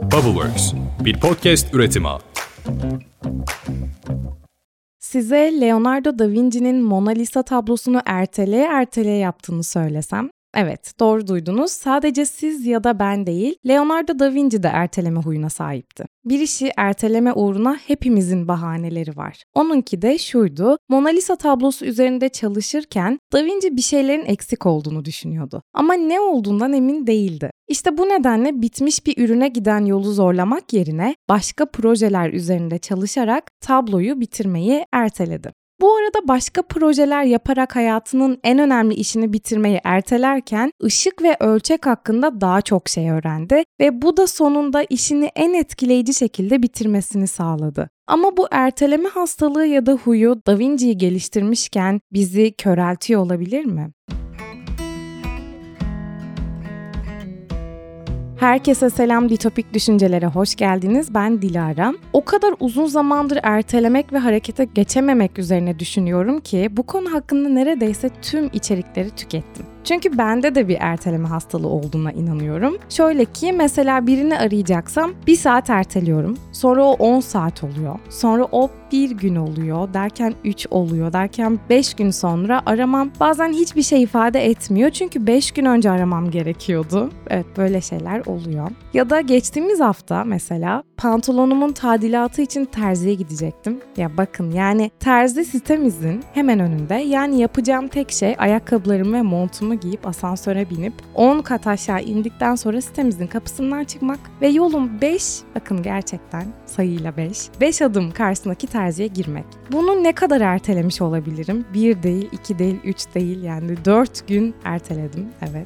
Bubbleworks, bir podcast üretimi. Size Leonardo da Vinci'nin Mona Lisa tablosunu erteleye yaptığını söylesem, evet, doğru duydunuz. Sadece siz ya da ben değil, Leonardo da Vinci de erteleme huyuna sahipti. Bir işi erteleme uğruna hepimizin bahaneleri var. Onunki de şuydu: Mona Lisa tablosu üzerinde çalışırken Da Vinci bir şeylerin eksik olduğunu düşünüyordu. Ama ne olduğundan emin değildi. İşte bu nedenle bitmiş bir ürüne giden yolu zorlamak yerine başka projeler üzerinde çalışarak tabloyu bitirmeyi erteledi. Bu arada başka projeler yaparak hayatının en önemli işini bitirmeyi ertelerken ışık ve ölçek hakkında daha çok şey öğrendi ve bu da sonunda işini en etkileyici şekilde bitirmesini sağladı. Ama bu erteleme hastalığı ya da huyu Da Vinci'yi geliştirmişken bizi köreltiyor olabilir mi? Herkese selam, Ditopik Düşüncelere hoş geldiniz. Ben Dilara. O kadar uzun zamandır ertelemek ve harekete geçememek üzerine düşünüyorum ki bu konu hakkında neredeyse tüm içerikleri tükettim. Çünkü bende de bir erteleme hastalığı olduğuna inanıyorum. Şöyle ki mesela birini arayacaksam 1 saat erteliyorum. Sonra o 10 saat oluyor. Sonra o 1 gün oluyor derken 3 oluyor derken 5 gün sonra aramam bazen hiçbir şey ifade etmiyor. Çünkü 5 gün önce aramam gerekiyordu. Evet, böyle şeyler oluyor. Ya da geçtiğimiz hafta mesela pantolonumun tadilatı için terziye gidecektim. Ya bakın, yani terzi sitemizin hemen önünde. Yani yapacağım tek şey ayakkabılarımı ve montumu giyip asansöre binip 10 kat aşağı indikten sonra sitemizin kapısından çıkmak ve yolun 5, bakın gerçekten sayıyla 5 adım karşısındaki terziye girmek. Bunu ne kadar ertelemiş olabilirim? 1 değil, 2 değil, 3 değil, yani 4 gün erteledim, evet.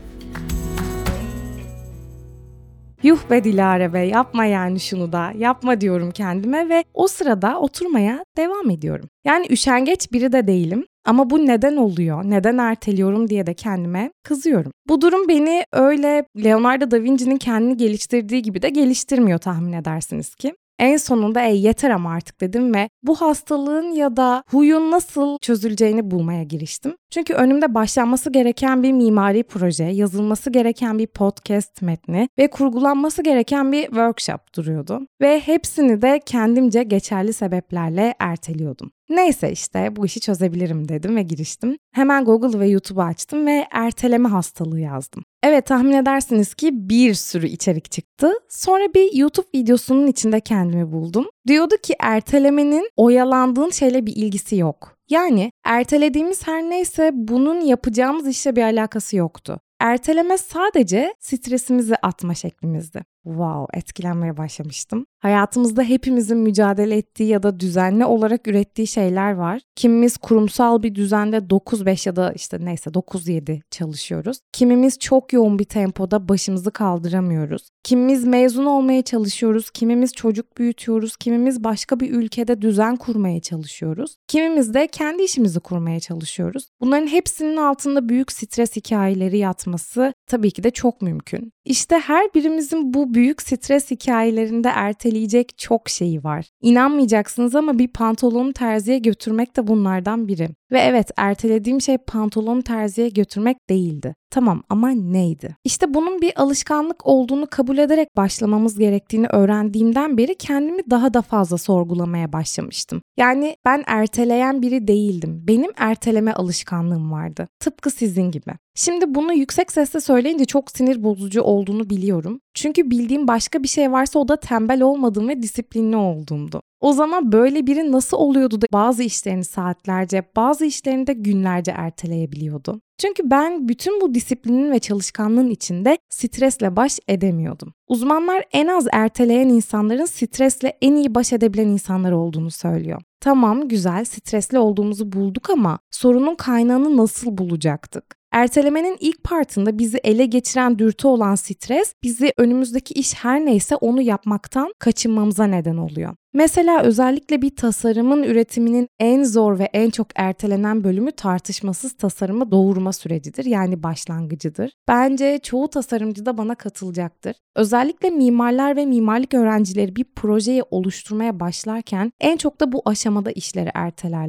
Yuh be Dilara be, yapma yani şunu da, yapma diyorum kendime ve o sırada oturmaya devam ediyorum. Yani üşengeç biri de değilim ama bu neden oluyor, neden erteliyorum diye de kendime kızıyorum. Bu durum beni öyle Leonardo da Vinci'nin kendini geliştirdiği gibi de geliştirmiyor tahmin edersiniz ki. En sonunda yeter ama artık dedim ve bu hastalığın ya da huyun nasıl çözüleceğini bulmaya giriştim. Çünkü önümde başlanması gereken bir mimari proje, yazılması gereken bir podcast metni ve kurgulanması gereken bir workshop duruyordu. Ve hepsini de kendimce geçerli sebeplerle erteliyordum. Neyse işte bu işi çözebilirim dedim ve giriştim. Hemen Google ve YouTube'u açtım ve erteleme hastalığı yazdım. Evet, tahmin edersiniz ki bir sürü içerik çıktı. Sonra bir YouTube videosunun içinde kendimi buldum. Diyordu ki ertelemenin oyalandığın şeyle bir ilgisi yok. Yani ertelediğimiz her neyse bunun yapacağımız işle bir alakası yoktu. Erteleme sadece stresimizi atma şeklimizdi. Wow, etkilenmeye başlamıştım. Hayatımızda hepimizin mücadele ettiği ya da düzenli olarak ürettiği şeyler var. Kimimiz kurumsal bir düzende 9-5 ya da işte neyse 9-7 çalışıyoruz. Kimimiz çok yoğun bir tempoda başımızı kaldıramıyoruz. Kimimiz mezun olmaya çalışıyoruz, kimimiz çocuk büyütüyoruz, kimimiz başka bir ülkede düzen kurmaya çalışıyoruz. Kimimiz de kendi işimizi kurmaya çalışıyoruz. Bunların hepsinin altında büyük stres hikayeleri yatması tabii ki de çok mümkün. İşte her birimizin bu büyük stres hikayelerinde erteleyecek çok şeyi var. İnanmayacaksınız ama bir pantolonu terziye götürmek de bunlardan biri. Ve evet, ertelediğim şey pantolonu terziye götürmek değildi. Tamam, ama neydi? İşte bunun bir alışkanlık olduğunu kabul ederek başlamamız gerektiğini öğrendiğimden beri kendimi daha da fazla sorgulamaya başlamıştım. Yani ben erteleyen biri değildim. Benim erteleme alışkanlığım vardı. Tıpkı sizin gibi. Şimdi bunu yüksek sesle söyleyince çok sinir bozucu olduğunu biliyorum. Çünkü bildiğim başka bir şey varsa o da tembel olmadığım ve disiplinli olduğumdu. O zaman böyle biri nasıl oluyordu da bazı işlerini saatlerce, bazı işlerini de günlerce erteleyebiliyordu? Çünkü ben bütün bu disiplinin ve çalışkanlığın içinde stresle baş edemiyordum. Uzmanlar en az erteleyen insanların stresle en iyi baş edebilen insanlar olduğunu söylüyor. Tamam, güzel, stresli olduğumuzu bulduk ama sorunun kaynağını nasıl bulacaktık? Ertelemenin ilk partında bizi ele geçiren dürtü olan stres, bizi önümüzdeki iş her neyse onu yapmaktan kaçınmamıza neden oluyor. Mesela özellikle bir tasarımın üretiminin en zor ve en çok ertelenen bölümü tartışmasız tasarımı doğurma sürecidir, yani başlangıcıdır. Bence çoğu tasarımcı da bana katılacaktır. Özellikle mimarlar ve mimarlık öğrencileri bir projeyi oluşturmaya başlarken en çok da bu aşamada işleri ertelerler.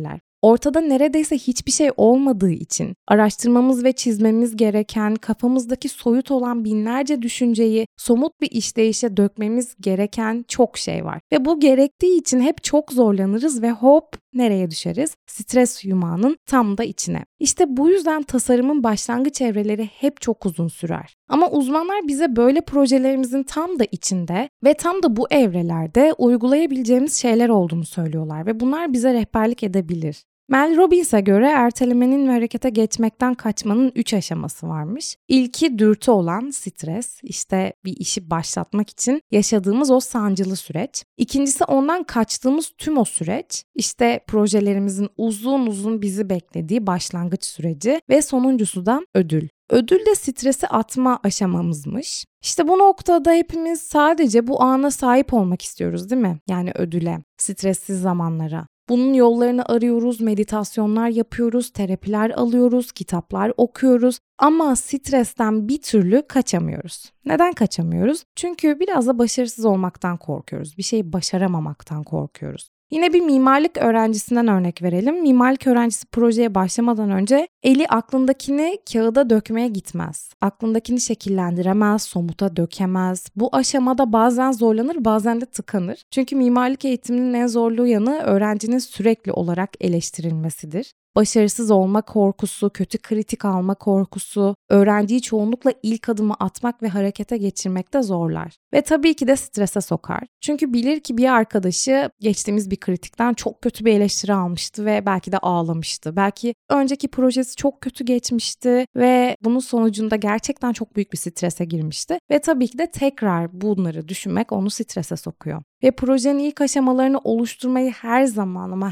ortada neredeyse hiçbir şey olmadığı için araştırmamız ve çizmemiz gereken, kafamızdaki soyut olan binlerce düşünceyi somut bir işleyişe dökmemiz gereken çok şey var. Ve bu gerektiği için hep çok zorlanırız ve hop nereye düşeriz? Stres yumağının tam da içine. İşte bu yüzden tasarımın başlangıç evreleri hep çok uzun sürer. Ama uzmanlar bize böyle projelerimizin tam da içinde ve tam da bu evrelerde uygulayabileceğimiz şeyler olduğunu söylüyorlar ve bunlar bize rehberlik edebilir. Mel Robbins'e göre ertelemenin ve harekete geçmekten kaçmanın 3 aşaması varmış. İlki dürtü olan stres, işte bir işi başlatmak için yaşadığımız o sancılı süreç. İkincisi ondan kaçtığımız tüm o süreç, işte projelerimizin uzun uzun bizi beklediği başlangıç süreci ve sonuncusu da ödül. Ödül de stresi atma aşamamızmış. İşte bu noktada hepimiz sadece bu ana sahip olmak istiyoruz, değil mi? Yani ödüle, stressiz zamanlara. Bunun yollarını arıyoruz, meditasyonlar yapıyoruz, terapiler alıyoruz, kitaplar okuyoruz ama stresten bir türlü kaçamıyoruz. Neden kaçamıyoruz? Çünkü biraz da başarısız olmaktan korkuyoruz, bir şeyi başaramamaktan korkuyoruz. Yine bir mimarlık öğrencisinden örnek verelim. Mimarlık öğrencisi projeye başlamadan önce eli aklındakini kağıda dökmeye gitmez. Aklındakini şekillendiremez, somuta dökemez. Bu aşamada bazen zorlanır, bazen de tıkanır. Çünkü mimarlık eğitiminin en zorlu yanı öğrencinin sürekli olarak eleştirilmesidir. Başarısız olma korkusu, kötü kritik alma korkusu, öğrenciyi çoğunlukla ilk adımı atmak ve harekete geçirmekte zorlar. Ve tabii ki de strese sokar. Çünkü bilir ki bir arkadaşı geçtiğimiz bir kritikten çok kötü bir eleştiri almıştı ve belki de ağlamıştı. Belki önceki projesi çok kötü geçmişti ve bunun sonucunda gerçekten çok büyük bir strese girmişti. Ve tabii ki de tekrar bunları düşünmek onu strese sokuyor. Ve projenin ilk aşamalarını oluşturmayı her zaman ama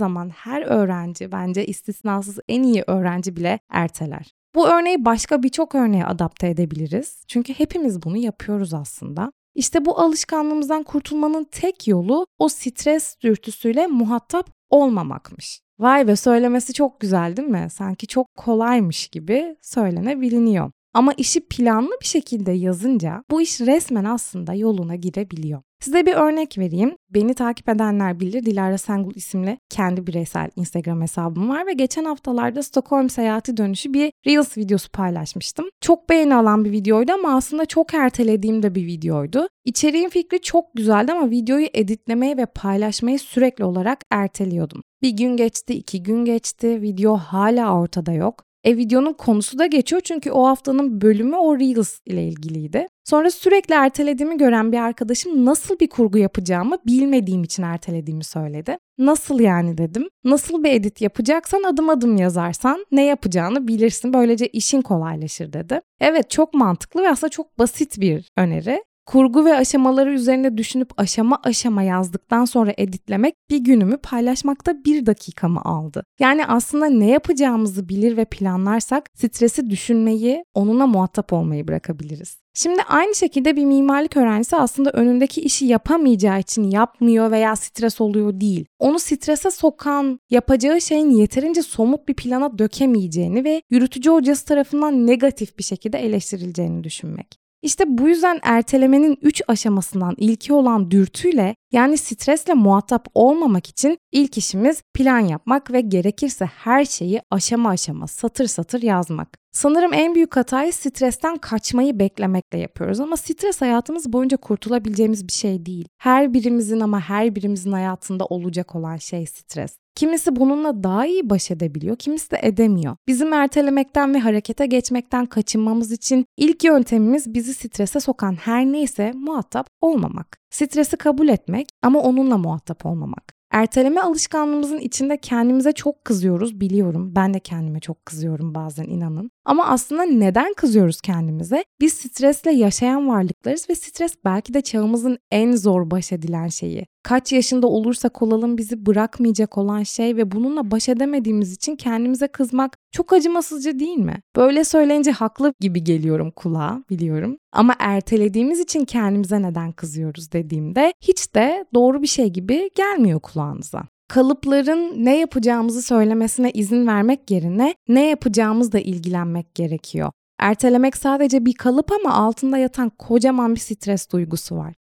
her öğrenci, bence istisnasız en iyi öğrenci bile erteler. Bu örneği başka birçok örneğe adapte edebiliriz. Çünkü hepimiz bunu yapıyoruz aslında. İşte bu alışkanlığımızdan kurtulmanın tek yolu o stres dürtüsüyle muhatap olmamakmış. Vay be, söylemesi çok güzel değil mi? Sanki çok kolaymış gibi söylenebiliyor. Ama işi planlı bir şekilde yazınca bu iş resmen aslında yoluna girebiliyor. Size bir örnek vereyim. Beni takip edenler bilir, Dilara Sengul isimli kendi bireysel Instagram hesabım var ve geçen haftalarda Stockholm seyahati dönüşü bir Reels videosu paylaşmıştım. Çok beğeni alan bir videoydu ama aslında çok ertelediğim de bir videoydu. İçeriğin fikri çok güzeldi ama videoyu editlemeyi ve paylaşmayı sürekli olarak erteliyordum. Bir gün geçti, 2 gün geçti, video hala ortada yok. Videonun konusu da geçiyor çünkü o haftanın bölümü o Reels ile ilgiliydi. Sonra sürekli ertelediğimi gören bir arkadaşım nasıl bir kurgu yapacağımı bilmediğim için ertelediğimi söyledi. Nasıl yani dedim. Nasıl bir edit yapacaksan adım adım yazarsan ne yapacağını bilirsin. Böylece işin kolaylaşır dedi. Evet, çok mantıklı ve aslında çok basit bir öneri. Kurgu ve aşamaları üzerine düşünüp aşama aşama yazdıktan sonra editlemek bir günümü paylaşmakta 1 dakikamı aldı. Yani aslında ne yapacağımızı bilir ve planlarsak stresi düşünmeyi, onunla muhatap olmayı bırakabiliriz. Şimdi aynı şekilde bir mimarlık öğrencisi aslında önündeki işi yapamayacağı için yapmıyor veya stres oluyor değil. Onu strese sokan, yapacağı şeyin yeterince somut bir plana dökemeyeceğini ve yürütücü hocası tarafından negatif bir şekilde eleştirileceğini düşünmek. İşte bu yüzden ertelemenin 3 aşamasından ilki olan dürtüyle, yani stresle muhatap olmamak için ilk işimiz plan yapmak ve gerekirse her şeyi aşama aşama, satır satır yazmak. Sanırım en büyük hatayı stresten kaçmayı beklemekle yapıyoruz ama stres hayatımız boyunca kurtulabileceğimiz bir şey değil. Her birimizin hayatında olacak olan şey stres. Kimisi bununla daha iyi baş edebiliyor, kimisi de edemiyor. Bizim ertelemekten ve harekete geçmekten kaçınmamız için ilk yöntemimiz bizi strese sokan her neyse muhatap olmamak. Stresi kabul etmek ama onunla muhatap olmamak. Erteleme alışkanlığımızın içinde kendimize çok kızıyoruz, biliyorum. Ben de kendime çok kızıyorum bazen, inanın. Ama aslında neden kızıyoruz kendimize? Biz stresle yaşayan varlıklarız ve stres belki de çağımızın en zor baş edilen şeyi. Kaç yaşında olursak olalım bizi bırakmayacak olan şey ve bununla baş edemediğimiz için kendimize kızmak çok acımasızca değil mi? Böyle söyleyince haklı gibi geliyorum kulağa, biliyorum. Ama ertelediğimiz için kendimize neden kızıyoruz dediğimde hiç de doğru bir şey gibi gelmiyor kulağınıza. Kalıpların ne yapacağımızı söylemesine izin vermek yerine ne yapacağımızla ilgilenmek gerekiyor. Ertelemek sadece bir kalıp ama altında yatan kocaman bir stres duygusu var.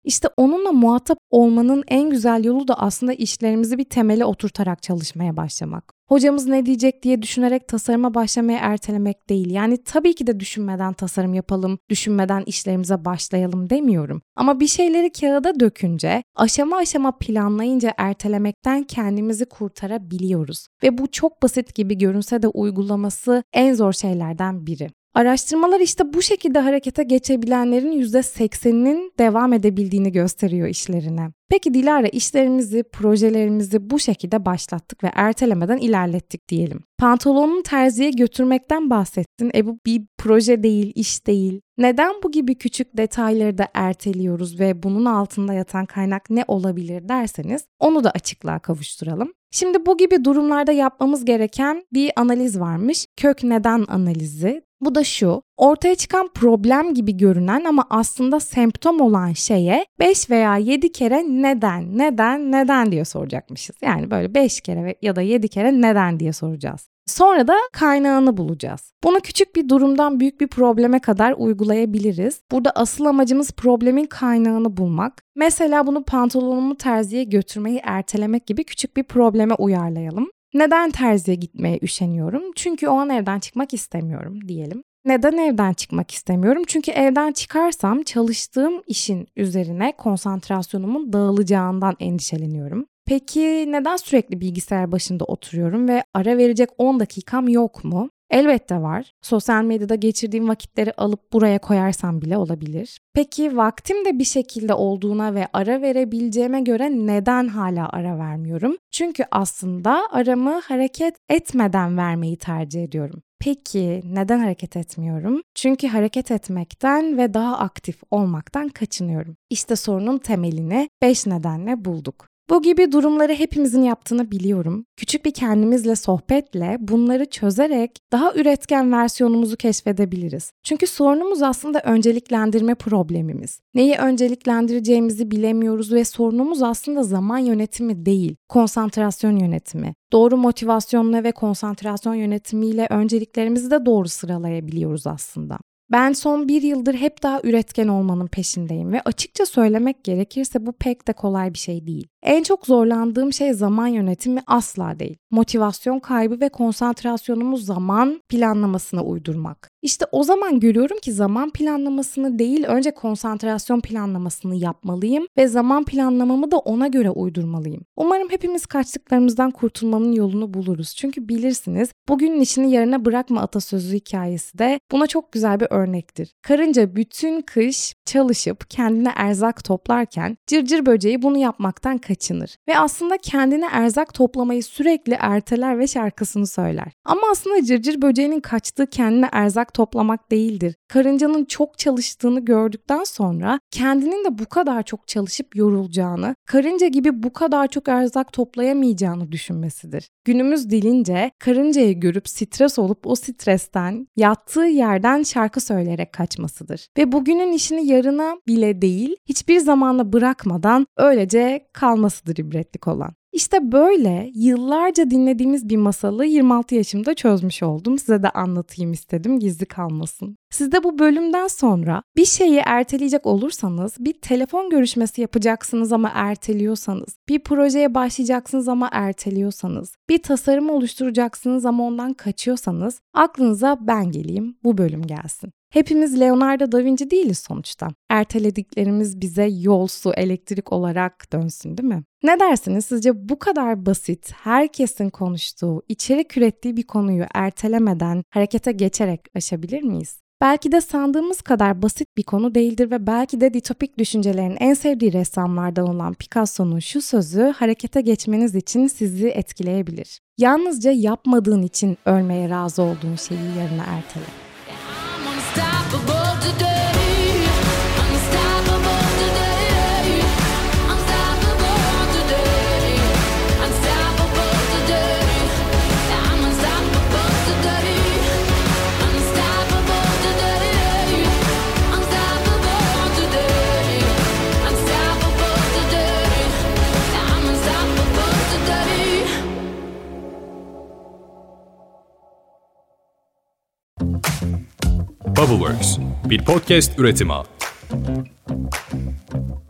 İşte onunla muhatap olmanın en güzel yolu da aslında işlerimizi bir temele oturtarak çalışmaya başlamak. Hocamız ne diyecek diye düşünerek tasarıma başlamaya ertelemek değil. Yani tabii ki de düşünmeden tasarım yapalım, düşünmeden işlerimize başlayalım demiyorum. Ama bir şeyleri kağıda dökünce, aşama aşama planlayınca ertelemekten kendimizi kurtarabiliyoruz. Ve bu çok basit gibi görünse de uygulaması en zor şeylerden biri. Araştırmalar işte bu şekilde harekete geçebilenlerin %80'inin devam edebildiğini gösteriyor işlerine. Peki Dilara, işlerimizi, projelerimizi bu şekilde başlattık ve ertelemeden ilerlettik diyelim. Pantolonunu terziye götürmekten bahsettin. Bu bir proje değil, iş değil. Neden bu gibi küçük detayları da erteliyoruz ve bunun altında yatan kaynak ne olabilir derseniz onu da açıklığa kavuşturalım. Şimdi bu gibi durumlarda yapmamız gereken bir analiz varmış. Kök neden analizi. Bu da şu, ortaya çıkan problem gibi görünen ama aslında semptom olan şeye 5 veya 7 kere neden diye soracakmışız. Yani böyle 5 kere ya da 7 kere neden diye soracağız. Sonra da kaynağını bulacağız. Bunu küçük bir durumdan büyük bir probleme kadar uygulayabiliriz. Burada asıl amacımız problemin kaynağını bulmak. Mesela bunu pantolonumu terziye götürmeyi ertelemek gibi küçük bir probleme uyarlayalım. Neden terziye gitmeye üşeniyorum? Çünkü o an evden çıkmak istemiyorum diyelim. Neden evden çıkmak istemiyorum? Çünkü evden çıkarsam çalıştığım işin üzerine konsantrasyonumun dağılacağından endişeleniyorum. Peki neden sürekli bilgisayar başında oturuyorum ve ara verecek 10 dakikam yok mu? Elbette var. Sosyal medyada geçirdiğim vakitleri alıp buraya koyarsam bile olabilir. Peki vaktim de bir şekilde olduğuna ve ara verebileceğime göre neden hala ara vermiyorum? Çünkü aslında aramı hareket etmeden vermeyi tercih ediyorum. Peki neden hareket etmiyorum? Çünkü hareket etmekten ve daha aktif olmaktan kaçınıyorum. İşte sorunun temelini 5 nedenle bulduk. Bu gibi durumları hepimizin yaptığını biliyorum. Küçük bir kendimizle sohbetle bunları çözerek daha üretken versiyonumuzu keşfedebiliriz. Çünkü sorunumuz aslında önceliklendirme problemimiz. Neyi önceliklendireceğimizi bilemiyoruz ve sorunumuz aslında zaman yönetimi değil, konsantrasyon yönetimi. Doğru motivasyonla ve konsantrasyon yönetimiyle önceliklerimizi de doğru sıralayabiliyoruz aslında. Ben son 1 yıldır hep daha üretken olmanın peşindeyim ve açıkça söylemek gerekirse bu pek de kolay bir şey değil. En çok zorlandığım şey zaman yönetimi asla değil. Motivasyon kaybı ve konsantrasyonumu zaman planlamasına uydurmak. İşte o zaman görüyorum ki zaman planlamasını değil, önce konsantrasyon planlamasını yapmalıyım ve zaman planlamamı da ona göre uydurmalıyım. Umarım hepimiz kaçtıklarımızdan kurtulmanın yolunu buluruz. Çünkü bilirsiniz, bugünün işini yarına bırakma atasözü hikayesi de buna çok güzel bir örnektir. Karınca bütün kış çalışıp kendine erzak toplarken cırcır böceği bunu yapmaktan kaçınır. Ve aslında kendine erzak toplamayı sürekli erteler ve şarkısını söyler. Ama aslında cırcır böceğinin kaçtığı kendine erzak toplamak değildir. Karıncanın çok çalıştığını gördükten sonra kendinin de bu kadar çok çalışıp yorulacağını, karınca gibi bu kadar çok erzak toplayamayacağını düşünmesidir. Günümüz dilince karıncayı görüp stres olup o stresten yattığı yerden şarkı söyleyerek kaçmasıdır. Ve bugünün işini yarına bile değil, hiçbir zamana bırakmadan öylece kalmasıdır ibretlik olan. İşte böyle yıllarca dinlediğimiz bir masalı 26 yaşımda çözmüş oldum. Size de anlatayım istedim, gizli kalmasın. Siz de bu bölümden sonra bir şeyi erteleyecek olursanız, bir telefon görüşmesi yapacaksınız ama erteliyorsanız, bir projeye başlayacaksınız ama erteliyorsanız, bir tasarım oluşturacaksınız ama ondan kaçıyorsanız, aklınıza ben geleyim, bu bölüm gelsin. Hepimiz Leonardo da Vinci değiliz sonuçta. Ertelediklerimiz bize yol, su, elektrik olarak dönsün, değil mi? Ne dersiniz? Sizce bu kadar basit, herkesin konuştuğu, içerik ürettiği bir konuyu ertelemeden, harekete geçerek aşabilir miyiz? Belki de sandığımız kadar basit bir konu değildir ve belki de ditopik düşüncelerin en sevdiği ressamlardan olan Picasso'nun şu sözü harekete geçmeniz için sizi etkileyebilir. Yalnızca yapmadığın için ölmeye razı olduğun şeyi yarına ertele. Bubbleworks, bir podcast üretimi.